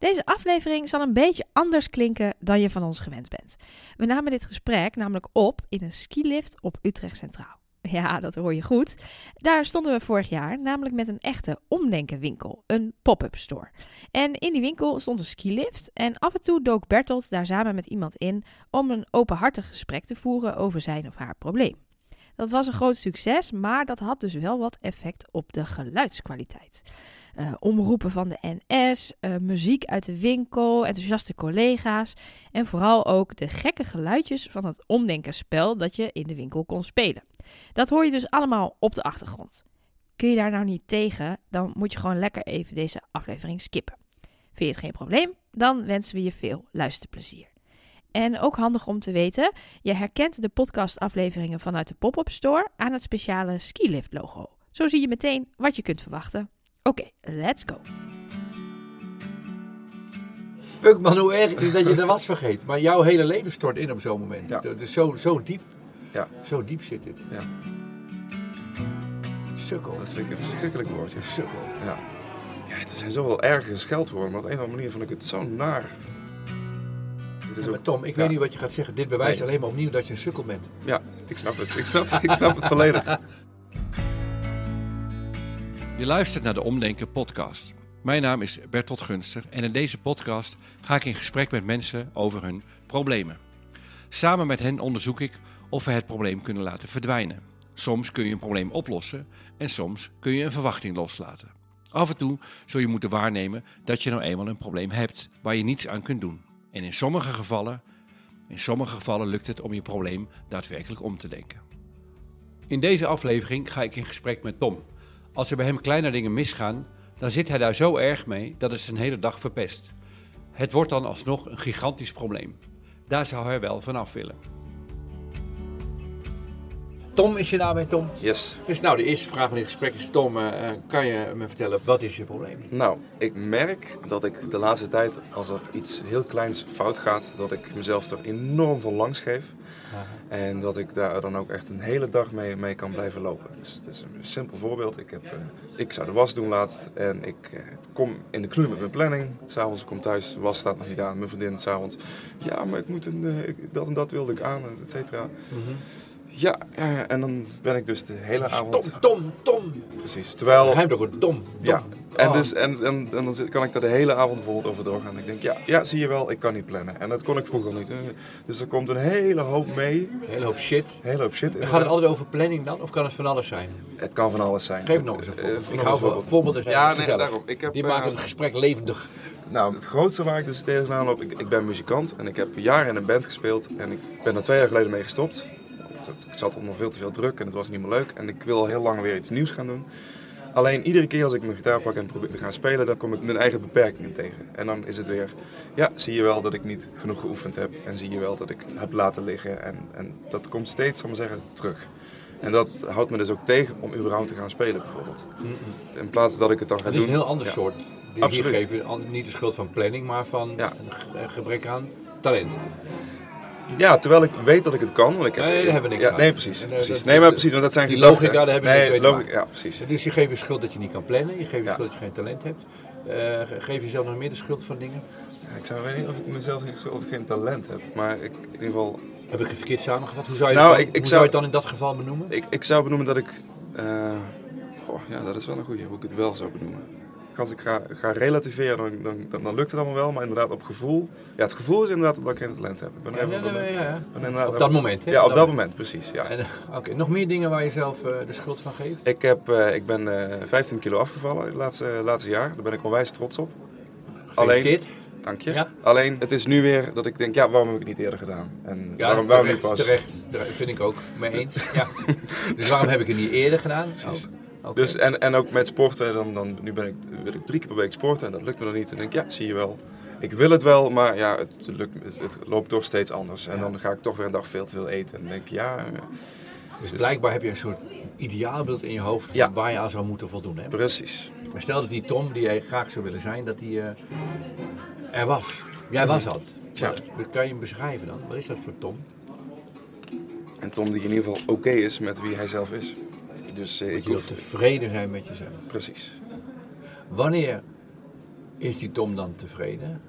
Deze aflevering zal een beetje anders klinken dan je van ons gewend bent. We namen dit gesprek namelijk op in een skilift op Utrecht Centraal. Ja, dat hoor je goed. Daar stonden we vorig jaar namelijk met een echte omdenkenwinkel, een pop-up store. En in die winkel stond een skilift en af en toe dook Bertolt daar samen met iemand in om een openhartig gesprek te voeren over zijn of haar probleem. Dat was een groot succes, maar dat had dus wel wat effect op de geluidskwaliteit. Omroepen van de NS, muziek uit de winkel, enthousiaste collega's en vooral ook de gekke geluidjes van het omdenkenspel dat je in de winkel kon spelen. Dat hoor je dus allemaal op de achtergrond. Kun je daar nou niet tegen, dan moet je gewoon lekker even deze aflevering skippen. Vind je het geen probleem? Dan wensen we je veel luisterplezier. En ook handig om te weten, je herkent de podcastafleveringen vanuit de Pop-up Store aan het speciale Skilift logo. Zo zie je meteen wat je kunt verwachten. Oké, let's go. Fuck man, hoe erg is het dat je de was vergeet. Maar jouw hele leven stort in op zo'n moment. Ja. Dus zo diep. Ja. Zo diep zit dit. Ja. Sukkel. Dat vind ik een verschrikkelijk woord. Ja. Sukkel. Ja. Ja, het zijn zoveel erge scheldwoorden, maar op een of andere manier vond ik het zo naar. Ja, maar Tom, ik weet niet wat je gaat zeggen. Dit bewijst alleen maar opnieuw dat je een sukkel bent. Ja, ik snap het. Ik snap het volledig. Je luistert naar de Omdenken podcast. Mijn naam is Bertolt Gunster en in deze podcast ga ik in gesprek met mensen over hun problemen. Samen met hen onderzoek ik of we het probleem kunnen laten verdwijnen. Soms kun je een probleem oplossen en soms kun je een verwachting loslaten. Af en toe zul je moeten waarnemen dat je nou eenmaal een probleem hebt waar je niets aan kunt doen. En in sommige gevallen lukt het om je probleem daadwerkelijk om te denken. In deze aflevering ga ik in gesprek met Tom. Als er bij hem kleine dingen misgaan, dan zit hij daar zo erg mee dat het zijn hele dag verpest. Het wordt dan alsnog een gigantisch probleem. Daar zou hij wel vanaf willen. Tom is je naam, hè, Tom? Yes. Dus nou, de eerste vraag van dit gesprek is, Tom, kan je me vertellen, wat is je probleem? Nou, ik merk dat ik de laatste tijd, als er iets heel kleins fout gaat, dat ik mezelf er enorm voor langs geef. Aha. En dat ik daar dan ook echt een hele dag mee kan blijven lopen. Dus het is een simpel voorbeeld. Ik zou de was doen laatst en ik kom in de knoei met mijn planning. S'avonds kom thuis, de was staat nog niet aan. Mijn vriendin s'avonds, ja, maar ik moet dat en dat wilde ik aan, et cetera. Mm-hmm. Ja, en dan ben ik dus de hele avond... Tom! Precies, terwijl... Hij heeft ook een Tom. Ja, en dan kan ik daar de hele avond bijvoorbeeld over doorgaan. Ik denk, ja, zie je wel, ik kan niet plannen. En dat kon ik vroeger niet. Dus er komt een hele hoop mee. Een hele hoop shit. En gaat het altijd over planning dan, of kan het van alles zijn? Het kan van alles zijn. Geef nog eens een voorbeeld. Ik hou van voorbeelden zijn. Ja, nee, daarom. Die maken het gesprek levendig. Nou, het grootste waar ik dus tegenaan loop, ik ben muzikant en ik heb jaren in een band gespeeld. En ik ben er 2 jaar geleden mee gestopt. Ik zat onder veel te veel druk en het was niet meer leuk. En ik wil al heel lang weer iets nieuws gaan doen. Alleen iedere keer als ik mijn gitaar pak en probeer te gaan spelen, dan kom ik mijn eigen beperkingen tegen. En dan is het weer, ja, zie je wel dat ik niet genoeg geoefend heb. En zie je wel dat ik het heb laten liggen. En dat komt steeds, zal ik maar zeggen, terug. En dat houdt me dus ook tegen om überhaupt te gaan spelen bijvoorbeeld. Mm-hmm. In plaats dat ik het dan ga doen. Het is een heel ander soort. Die Absoluut. hier geven niet de schuld van planning, maar van een gebrek aan talent. Ja, terwijl ik weet dat ik het kan. Want ik heb, nee, daar hebben we niks aan. Nee, precies. Want dat zijn die logica, daar hebben we niks mee te maken. Ja, precies. Dus je geeft je schuld dat je niet kan plannen. Je geeft je schuld dat je geen talent hebt. Geef jezelf nog meer de schuld van dingen? Ja, ik weet niet of ik mezelf geen talent heb. Maar in ieder geval... Heb ik het verkeerd samengevat? Hoe zou je, hoe zou je het dan in dat geval benoemen? Ik zou benoemen dat ik... dat is wel een goeie, hoe ik het wel zou benoemen. Als ik ga relativeren, dan lukt het allemaal wel, maar inderdaad op gevoel... Ja, het gevoel is inderdaad dat ik geen talent heb. Op dat moment, hè? Ja, op dat moment, precies. Ja. Oké, nog meer dingen waar je zelf de schuld van geeft? Ik ben 15 kilo afgevallen het laatste jaar. Daar ben ik onwijs trots op. Gefeliciteerd. Dank je. Ja? Alleen, het is nu weer dat ik denk, waarom heb ik het niet eerder gedaan? En ja, waarom niet pas? Terecht, vind ik ook, mee eens. Ja. Dus waarom heb ik het niet eerder gedaan? Precies. Okay. Dus, en ook met sporten, nu wil ik 3 keer per week sporten en dat lukt me dan niet. En denk zie je wel. Ik wil het wel, maar ja, het loopt toch steeds anders. En dan ga ik toch weer een dag veel te veel eten. En denk Dus blijkbaar heb je een soort ideaalbeeld in je hoofd van waar je aan zou moeten voldoen. Hè? Precies. Maar stel dat die Tom, die jij graag zou willen zijn, dat die er was. Jij was dat. Ja. Kan je hem beschrijven dan? Wat is dat voor Tom? En Tom die in ieder geval oké is met wie hij zelf is. Dus je wilt tevreden zijn met jezelf. Precies. Wanneer Is die Tom dan tevreden?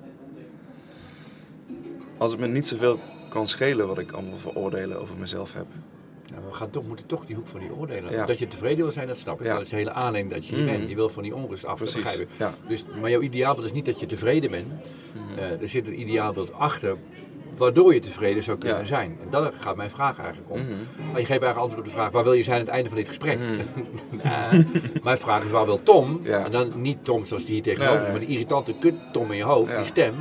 Als het me niet zoveel kan schelen wat ik allemaal voor oordelen over mezelf heb. Nou, we moeten toch die hoek van die oordelen. Ja. Dat je tevreden wil zijn, dat snap ik. Ja. Dat is de hele aanleiding dat je hier bent. Je wil van die onrust af, dat Precies. begrijp ik. Ja. Dus, maar jouw ideaalbeeld is niet dat je tevreden bent. Er zit een ideaalbeeld achter, waardoor je tevreden zou kunnen zijn. En daar gaat mijn vraag eigenlijk om. Maar je geeft eigenlijk antwoord op de vraag, waar wil je zijn aan het einde van dit gesprek? Mijn vraag is, waar wil Tom? Ja. En dan niet Tom zoals die hier tegenover zit, maar die irritante kut Tom in je hoofd, die stem.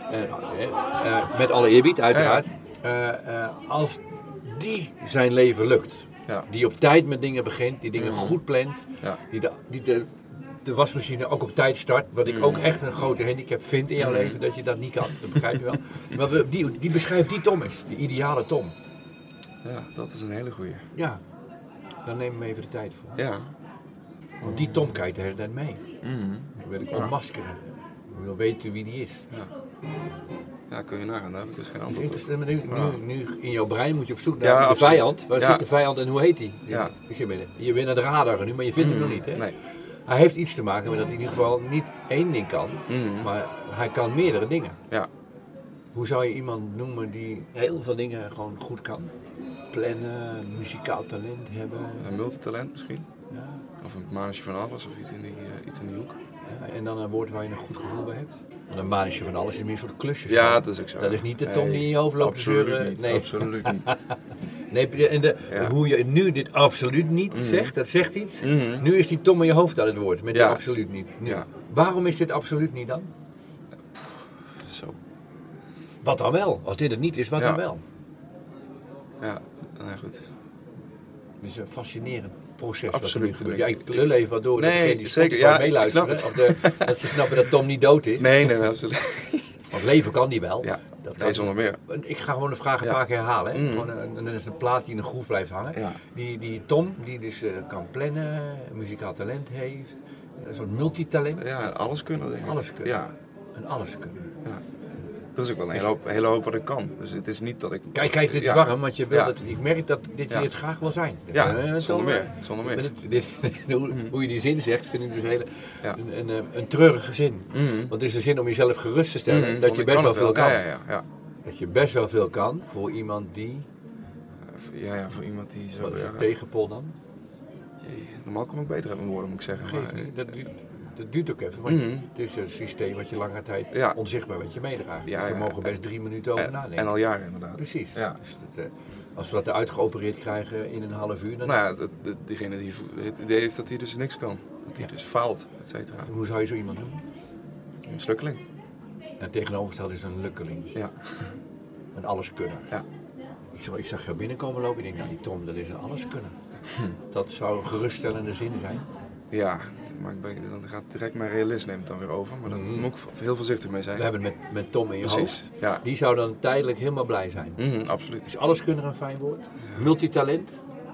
Met alle eerbied, uiteraard. Als die zijn leven lukt. Ja. Die op tijd met dingen begint, die dingen goed plant. Ja. Die de wasmachine ook op tijd start. Wat ik ook echt een grote handicap vind in jouw leven, dat je dat niet kan. Dat begrijp je wel. Maar die beschrijft die Tom is, die ideale Tom. Ja, dat is een hele goeie. Ja, daar nemen we even de tijd voor. Ja. Want die Tom kijkt de hele tijd mee. Dan wil ik ontmaskeren. Ik wil weten wie die is. Ja, kun je nagaan, daar heb ik dus geen Dus antwoord op. interessant, nu in jouw brein moet je op zoek naar Ja, de absoluut. vijand. Waar zit de vijand en hoe heet die? Ja. Dus je bent naar de radar nu, maar je vindt hem nog niet. Hè? Nee. Hij heeft iets te maken met dat hij in ieder geval niet één ding kan, maar hij kan meerdere dingen. Ja. Hoe zou je iemand noemen die heel veel dingen gewoon goed kan? Plannen, muzikaal talent hebben. Een multitalent misschien. Ja. Of een manetje van alles of iets in die hoek. Ja, en dan een woord waar je een goed gevoel bij hebt. Want een manetje van alles is meer een soort klusjes. Ja, dat is ook zo. Dat is niet de Tom die in je hoofd loopt te absoluut zeuren. niet, Nee. absoluut niet. Nee, en hoe je nu dit absoluut niet zegt, dat zegt iets. Nu is die Tom in je hoofd aan het woord, met die Ja. absoluut niet. Nu. Ja. Waarom is dit absoluut niet dan? Zo. Wat dan wel? Als dit het niet is, wat Ja. dan wel? Ja, nou goed. Het is een fascinerend proces Absoluut. wat er nu gebeurt. Ja, ik lul even wat door. Nee, dat degene die zeker. Spotify Ja, meeluisteren. ik Of dat ze snappen dat Tom niet dood is. Nee, absoluut. Want leven kan die wel. Ja, Dat nee, zonder meer. Ik ga gewoon de vraag een paar keer herhalen. Hè? Gewoon dan is een plaat die in een groef blijft hangen. Ja. Die Tom, die dus kan plannen, muzikaal talent heeft. Een soort multitalent. Ja, alles kunnen denk ik. Alles kunnen. Ja, En alles kunnen. ja. Dat is ook wel een hele hoop wat ik kan. Dus het is niet dat ik... Kijk, dit is Ja. warm, want je wil Ja. ik merk dat dit Ja. je het graag wil zijn. Ja, zonder Tom, meer. Zonder meer. Hoe je die zin zegt, vind ik dus Ja. een treurige zin. Want het is een zin om jezelf gerust te stellen dat Want je ik best wel het veel kan. Ja. Dat je best wel veel kan voor iemand die... Ja, voor iemand die zo... Wat is ja, het tegenpol dan? normaal kom ik beter uit mijn woorden, moet ik zeggen. Geef maar, niet. Dat duurt ook even, want het is een systeem wat je lange tijd Ja. onzichtbaar met je meedraagt. Ja, dus daar ja. mogen we best 3 minuten over nadenken. En al jaren inderdaad. Precies. Ja. Dus als we dat eruit geopereerd krijgen in een half uur, dan... Nou ja, diegene die het idee heeft dat hij dus niks kan. Dat hij dus faalt, et cetera. Hoe zou je zo iemand noemen? Een mislukkeling. En tegenovergesteld is een lukkeling. Ja. Een alleskunner. Ja. Ik zag jou binnenkomen lopen en ik denk, nou die Tom, dat is een alleskunner. Dat zou een geruststellende zin zijn. Ja, maar dan gaat direct mijn realist neemt het dan weer over. Maar daar moet ik heel voorzichtig mee zijn. We hebben het met Tom in je Precies, hoofd. ja. Die zou dan tijdelijk helemaal blij zijn. Absoluut. Is alleskunner een fijn woord? Multitalent?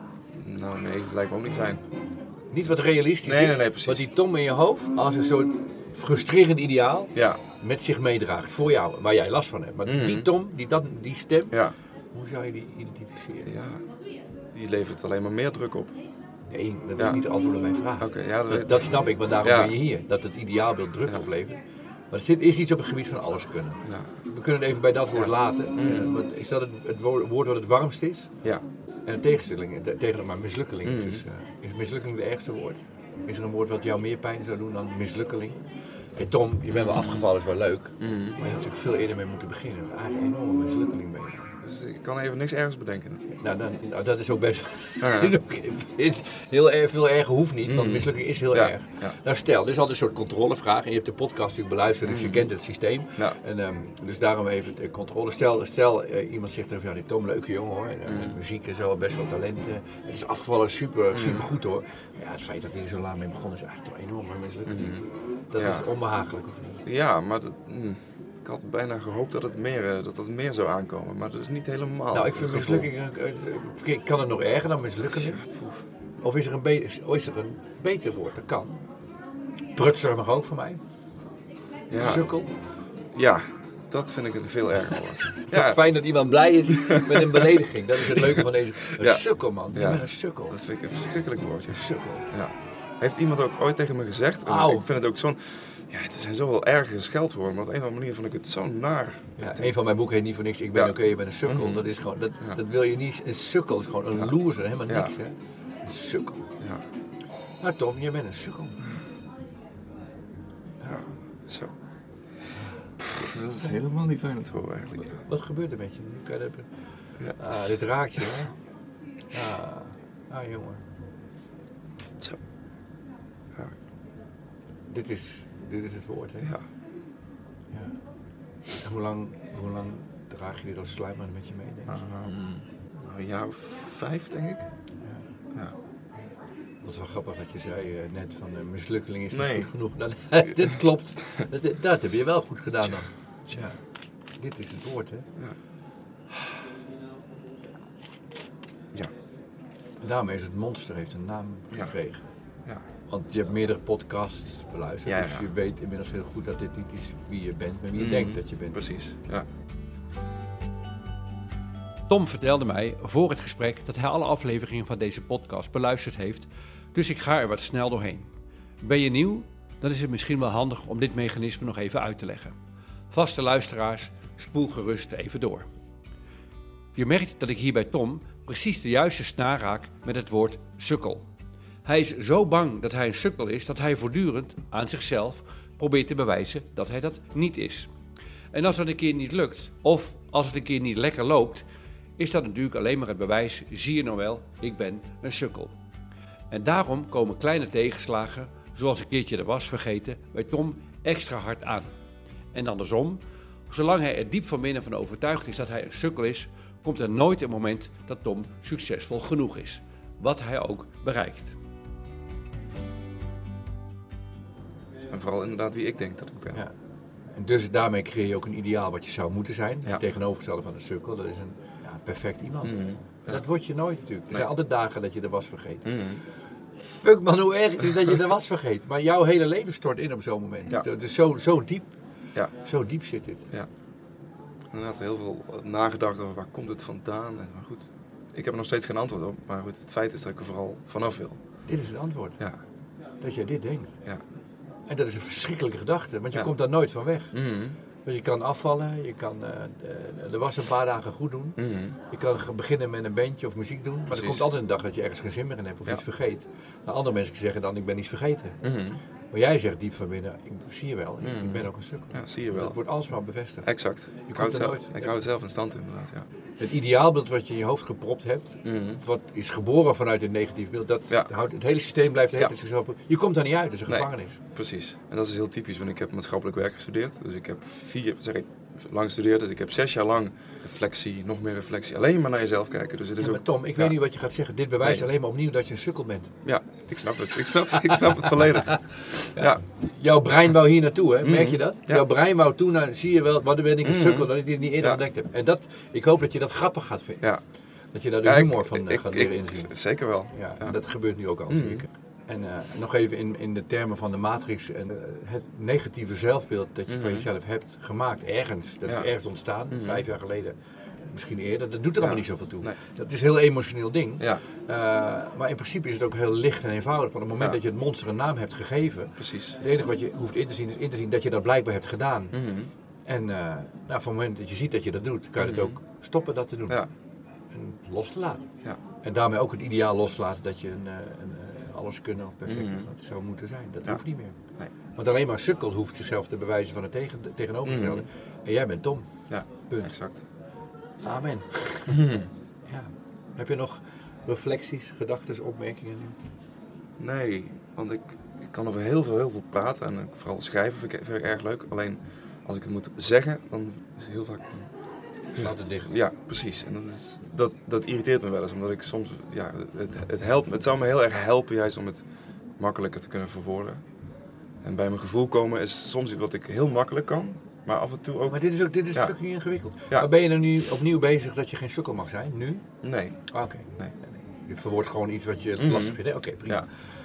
Nou nee, lijkt me ook niet fijn. Niet wat realistisch Nee, is, nee, precies. wat die Tom in je hoofd als een soort frustrerend ideaal Ja, met zich meedraagt voor jou, waar jij last van hebt. Maar die Tom, die stem, ja. hoe zou je die identificeren? Ja, die levert alleen maar meer druk op. Nee, dat is Ja. niet het antwoord op mijn vraag. Oké, ja, Dat snap ik, want daarom Ja. ben je hier. Dat het ideaalbeeld druk Ja. oplevert. Maar er is iets op het gebied van alles kunnen. Ja. We kunnen het even bij dat woord laten. Maar is dat het woord wat het warmst is? Ja. En de tegenstelling, maar mislukkeling is dus... is mislukking het ergste woord? Is er een woord wat jou meer pijn zou doen dan mislukkeling? Hey Tom, je bent wel afgevallen, is wel leuk. Maar je hebt natuurlijk veel eerder mee moeten beginnen. Eigenlijk een enorme mislukkeling ben je. Dus ik kan even niks ergens bedenken. Nou, dat is ook best... Ja. is heel erg, veel erger hoeft niet, want mislukking is heel Ja, erg. ja. Nou stel, dit is altijd een soort controlevraag. En je hebt de podcast natuurlijk beluisterd, dus je kent het systeem. Ja. En, dus daarom even de controle. Stel iemand zegt tegen jou, die Tom, leuke jongen hoor. En, met muziek en zo, best wel talenten. Het is afgevallen, super goed hoor. Maar ja, het feit dat hij er zo laat mee begonnen is eigenlijk toch enorm mislukking. Dat Ja. is onbehagelijk of niet? Ja, maar ik had bijna gehoopt dat het meer zou aankomen. Maar dat is niet helemaal. Nou, ik vind het gevoel. mislukking, kan het nog erger dan mislukken? Of is er een beter woord? Dat kan. Prutser mag ook voor mij. Ja. Sukkel. Ja, dat vind ik een veel erger woord. Ja. Fijn dat iemand blij is met een belediging. Dat is het leuke van deze. Een Ja. sukkel, man. Je Ja. bent een sukkel. Dat vind ik een verschrikkelijk woordje. Een sukkel. Ja. Heeft iemand ook ooit tegen me gezegd? En Auw. ik vind het ook zo'n... Ja, het zijn zoveel ergere scheldwoorden, maar op een of andere manier vond ik het zo naar. Ja, een van mijn boeken heet niet voor niks, ik ben oké, je bent een sukkel. Dat is gewoon, dat wil je niet, een sukkel is gewoon een loser, helemaal niks hè. Een sukkel. Ja. Nou Tom, jij bent een sukkel. Ja, zo. Dat is helemaal niet fijn om te horen eigenlijk. Wat gebeurt er met je? Dit raakt je hè. Jongen. Zo. Ja. Dit is het woord hè. Ja. Ja. En hoe lang draag je dit als sluimer met je mee, denk je? Een jaar of 5, denk ik. Ja. Dat is wel grappig dat je zei net van mislukkeling is niet Nee. goed genoeg. Dit klopt. Dat heb je wel goed gedaan dan. Ja. Dit is het woord hè. Ja. Ja. En daarmee is het monster heeft een naam gekregen. Ja. Want je hebt meerdere podcasts beluisterd. Ja. Dus je weet inmiddels heel goed dat dit niet is wie je bent, maar wie je denkt dat je bent. Precies, ja. Tom vertelde mij voor het gesprek dat hij alle afleveringen van deze podcast beluisterd heeft, dus ik ga er wat snel doorheen. Ben je nieuw? Dan is het misschien wel handig om dit mechanisme nog even uit te leggen. Vaste luisteraars, spoel gerust even door. Je merkt dat ik hier bij Tom precies de juiste snaar raak met het woord sukkel. Hij is zo bang dat hij een sukkel is dat hij voortdurend aan zichzelf probeert te bewijzen dat hij dat niet is. En als dat een keer niet lukt, of als het een keer niet lekker loopt, is dat natuurlijk alleen maar het bewijs, zie je nou wel, ik ben een sukkel. En daarom komen kleine tegenslagen, zoals een keertje de was vergeten, bij Tom extra hard aan. En andersom, zolang hij er diep van binnen van overtuigd is dat hij een sukkel is, komt er nooit een moment dat Tom succesvol genoeg is, wat hij ook bereikt. En vooral inderdaad wie ik denk dat ik ben. Ja. En dus daarmee creëer je ook een ideaal wat je zou moeten zijn. Ja. Het tegenovergestelde van een sukkel, dat is een perfect iemand. Ja. Dat word je nooit natuurlijk. Er zijn altijd dagen dat je de was vergeet. Mm. Fuck man, hoe erg is het dat je de was vergeet. Maar jouw hele leven stort in op zo'n moment. Ja. Dus zo diep. Ja. Zo diep zit dit. Ja. Inderdaad heel veel nagedacht over waar komt het vandaan. Maar goed, ik heb er nog steeds geen antwoord op. Maar goed, het feit is dat ik er vooral vanaf wil. Dit is het antwoord. Ja. Dat jij dit denkt. Ja. En dat is een verschrikkelijke gedachte. Want je Ja. komt daar nooit van weg. Mm. Want je kan afvallen. Je kan de was een paar dagen goed doen. Mm. Je kan beginnen met een bandje of muziek doen. Maar Precies. er komt altijd een dag dat je ergens geen zin meer in hebt of Ja. iets vergeet. Nou, andere mensen zeggen dan ik ben iets vergeten. Mm. Maar jij zegt diep van binnen, ik zie je wel, ik ben ook een sukkel. Ja, zie je wel. Dat wordt alsmaar bevestigd. Exact. Ik hou het zelf in stand inderdaad, ja. Het ideaalbeeld wat je in je hoofd gepropt hebt, wat is geboren vanuit een negatief beeld, dat houdt, het hele systeem blijft de hele tijd zichzelf. Je komt daar niet uit, dat is een gevangenis. Precies. En dat is heel typisch, want ik heb maatschappelijk werk gestudeerd. Dus ik heb lang gestudeerd, dus ik heb 6 jaar lang reflectie, nog meer reflectie. Alleen maar naar jezelf kijken. Dus het is Ja, maar Tom, ik weet niet wat je gaat zeggen. Dit bewijst alleen maar opnieuw dat je een sukkel bent. Ja, ik snap het. Ik snap het volledig. Ja. Jouw brein wou hier naartoe, hè? Merk je dat? Ja. Jouw brein wou toe naar, zie je wel, wat ben ik een sukkel, dat ik dit niet eerder ontdekt heb. En ik hoop dat je dat grappig gaat vinden. Ja. Dat je daar de humor van gaat leren inzien. Zeker wel. Ja, en dat gebeurt nu ook al zeker. En nog even in de termen van de Matrix, en het negatieve zelfbeeld dat je van jezelf hebt gemaakt, ergens, dat is ergens ontstaan, 5 jaar geleden, misschien eerder, dat doet er allemaal niet zoveel toe. Nee. Dat is een heel emotioneel ding, Ja. Maar in principe is het ook heel licht en eenvoudig. Want op het moment dat je het monster een naam hebt gegeven, Precies. het enige wat je hoeft in te zien is in te zien dat je dat blijkbaar hebt gedaan. En van het moment dat je ziet dat je dat doet, kan je het ook stoppen dat te doen. Ja. En los te laten. Ja. En daarmee ook het ideaal loslaten dat je alles kunnen of perfect dat zou moeten zijn. Dat hoeft niet meer. Nee. Want alleen maar sukkel hoeft zichzelf te bewijzen van het tegenovergestelde. En jij bent Tom. Ja, Punt. exact. Amen. Ja. Heb je nog reflecties, gedachten, opmerkingen nu? Nee, want ik kan over heel veel praten en vooral schrijven vind ik erg leuk. Alleen als ik het moet zeggen, dan is het heel vaak... Slaat het dicht. Ja, precies. En dat irriteert me wel eens, omdat ik soms... Ja, het helpt, het zou me heel erg helpen juist om het makkelijker te kunnen verwoorden. En bij mijn gevoel komen is soms iets wat ik heel makkelijk kan, maar af en toe ook... Maar dit is fucking ingewikkeld. Ja. Maar ben je er nu opnieuw bezig dat je geen sukkel mag zijn? Nu? Nee. Oké. Nee. Je verwoordt gewoon iets wat je lastig vindt. Oké, prima. Ja.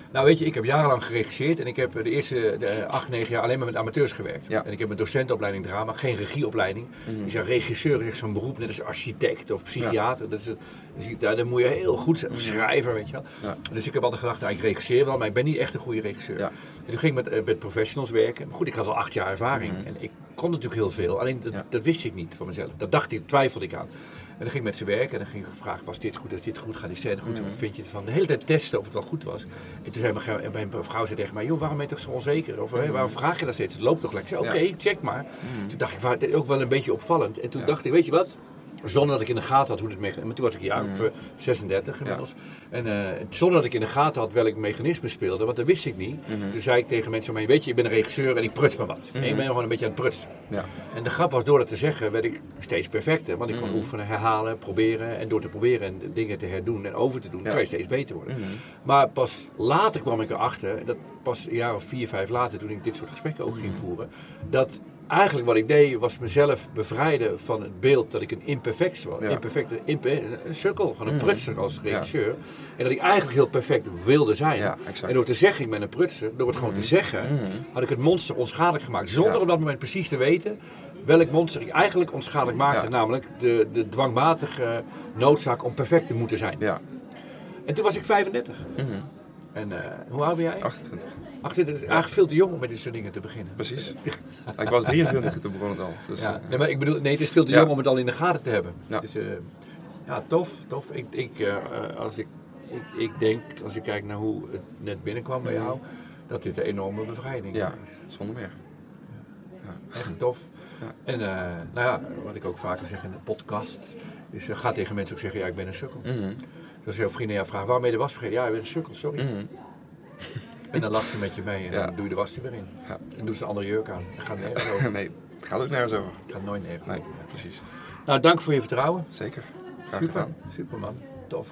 Nou weet je, ik heb jarenlang geregisseerd en ik heb de eerste 8-9 jaar alleen maar met amateurs gewerkt. Ja. En ik heb een docentenopleiding drama, geen regieopleiding. Dus ja, regisseur is echt zo'n beroep, net als architect of psychiater. Dat is, daar moet je heel goed zijn, of schrijver, weet je wel. Ja. Dus ik heb altijd gedacht, nou, ik regisseer wel, maar ik ben niet echt een goede regisseur. Ja. En toen ging ik met professionals werken. Maar goed, ik had al 8 jaar ervaring en ik kon natuurlijk heel veel. Alleen dat wist ik niet van mezelf. Dat twijfelde ik aan. En dan ging ik met ze werken en dan ging ik vragen, was dit goed, gaat die scène goed, wat vind je ervan? De hele tijd testen of het wel goed was. En toen zei mijn vrouw tegen mij, joh, waarom ben je toch zo onzeker? Of waarom vraag je dat steeds? Het loopt toch lekker? Ik zei, oké, check maar. Toen dacht ik, dit is ook wel een beetje opvallend. En toen dacht ik, weet je wat? Zonder dat ik in de gaten had hoe dit mechanisme... Maar toen was ik een jaar of 36 inmiddels. Ja. En zonder dat ik in de gaten had welk mechanisme speelde, want dat wist ik niet. Toen zei ik tegen mensen om me heen, weet je, ik ben een regisseur en ik pruts maar wat. En ik ben gewoon een beetje aan het prutsen. Ja. En de grap was, door dat te zeggen, werd ik steeds perfecter. Want ik kon oefenen, herhalen, proberen. En door te proberen en dingen te herdoen en over te doen, kan je steeds beter worden. Maar pas later kwam ik erachter, dat pas een jaar of 4, 5 later, toen ik dit soort gesprekken ook ging voeren, dat... Eigenlijk wat ik deed was mezelf bevrijden van het beeld dat ik een imperfect was. Een sukkel, gewoon een prutser als regisseur. En dat ik eigenlijk heel perfect wilde zijn. Ja, en door te zeggen ik ben een prutser, door het gewoon te zeggen, had ik het monster onschadelijk gemaakt. Zonder op dat moment precies te weten welk monster ik eigenlijk onschadelijk maakte. Namelijk de dwangmatige noodzaak om perfect te moeten zijn. Ja. En toen was ik 35. En hoe oud ben jij? 28. 28 is eigenlijk veel te jong om met dit soort dingen te beginnen. Precies. Ik was 23 toen begon het al. Dus, nee, maar ik bedoel, het is veel te jong om het al in de gaten te hebben. Ja. Dus, tof. Ik denk, als ik kijk naar hoe het net binnenkwam bij jou, dat dit een enorme bevrijding is. Zonder meer. Ja. Echt tof. Ja. En wat ik ook vaker zeg in de podcast, is ga tegen mensen ook zeggen, ik ben een sukkel. Dus als jouw vrienden jou vragen, waarom ben je de was vergeten? Ja, je bent een sukkel, sorry. En dan lacht ze met je mee en dan doe je de was er weer in. Ja. En doe ze een andere jurk aan. Dat gaat nergens over. Nee, het gaat ook nergens over. Het gaat nooit nergens over. Nee, precies. Nou, dank voor je vertrouwen. Zeker. Superman. Tof.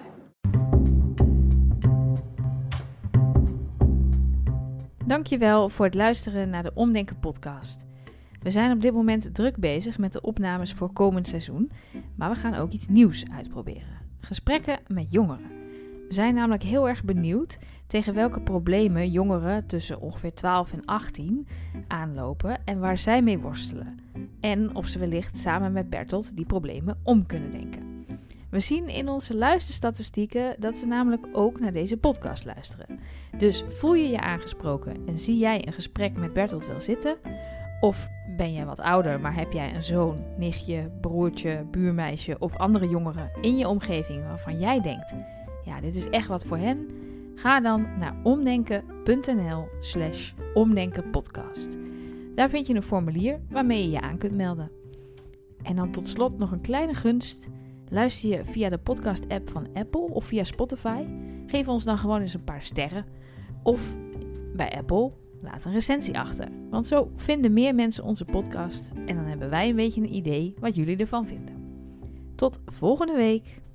Dankjewel voor het luisteren naar de Omdenken podcast. We zijn op dit moment druk bezig met de opnames voor komend seizoen, maar we gaan ook iets nieuws uitproberen. Gesprekken met jongeren. We zijn namelijk heel erg benieuwd tegen welke problemen jongeren tussen ongeveer 12 en 18 aanlopen en waar zij mee worstelen. En of ze wellicht samen met Bertolt die problemen om kunnen denken. We zien in onze luisterstatistieken dat ze namelijk ook naar deze podcast luisteren. Dus voel je je aangesproken en zie jij een gesprek met Bertolt wel zitten? Of ben jij wat ouder, maar heb jij een zoon, nichtje, broertje, buurmeisje of andere jongeren in je omgeving waarvan jij denkt, ja, dit is echt wat voor hen? Ga dan naar omdenken.nl/omdenkenpodcast. Daar vind je een formulier waarmee je je aan kunt melden. En dan tot slot nog een kleine gunst. Luister je via de podcast-app van Apple of via Spotify? Geef ons dan gewoon eens een paar sterren. Of bij Apple, laat een recensie achter. Want zo vinden meer mensen onze podcast en dan hebben wij een beetje een idee wat jullie ervan vinden. Tot volgende week!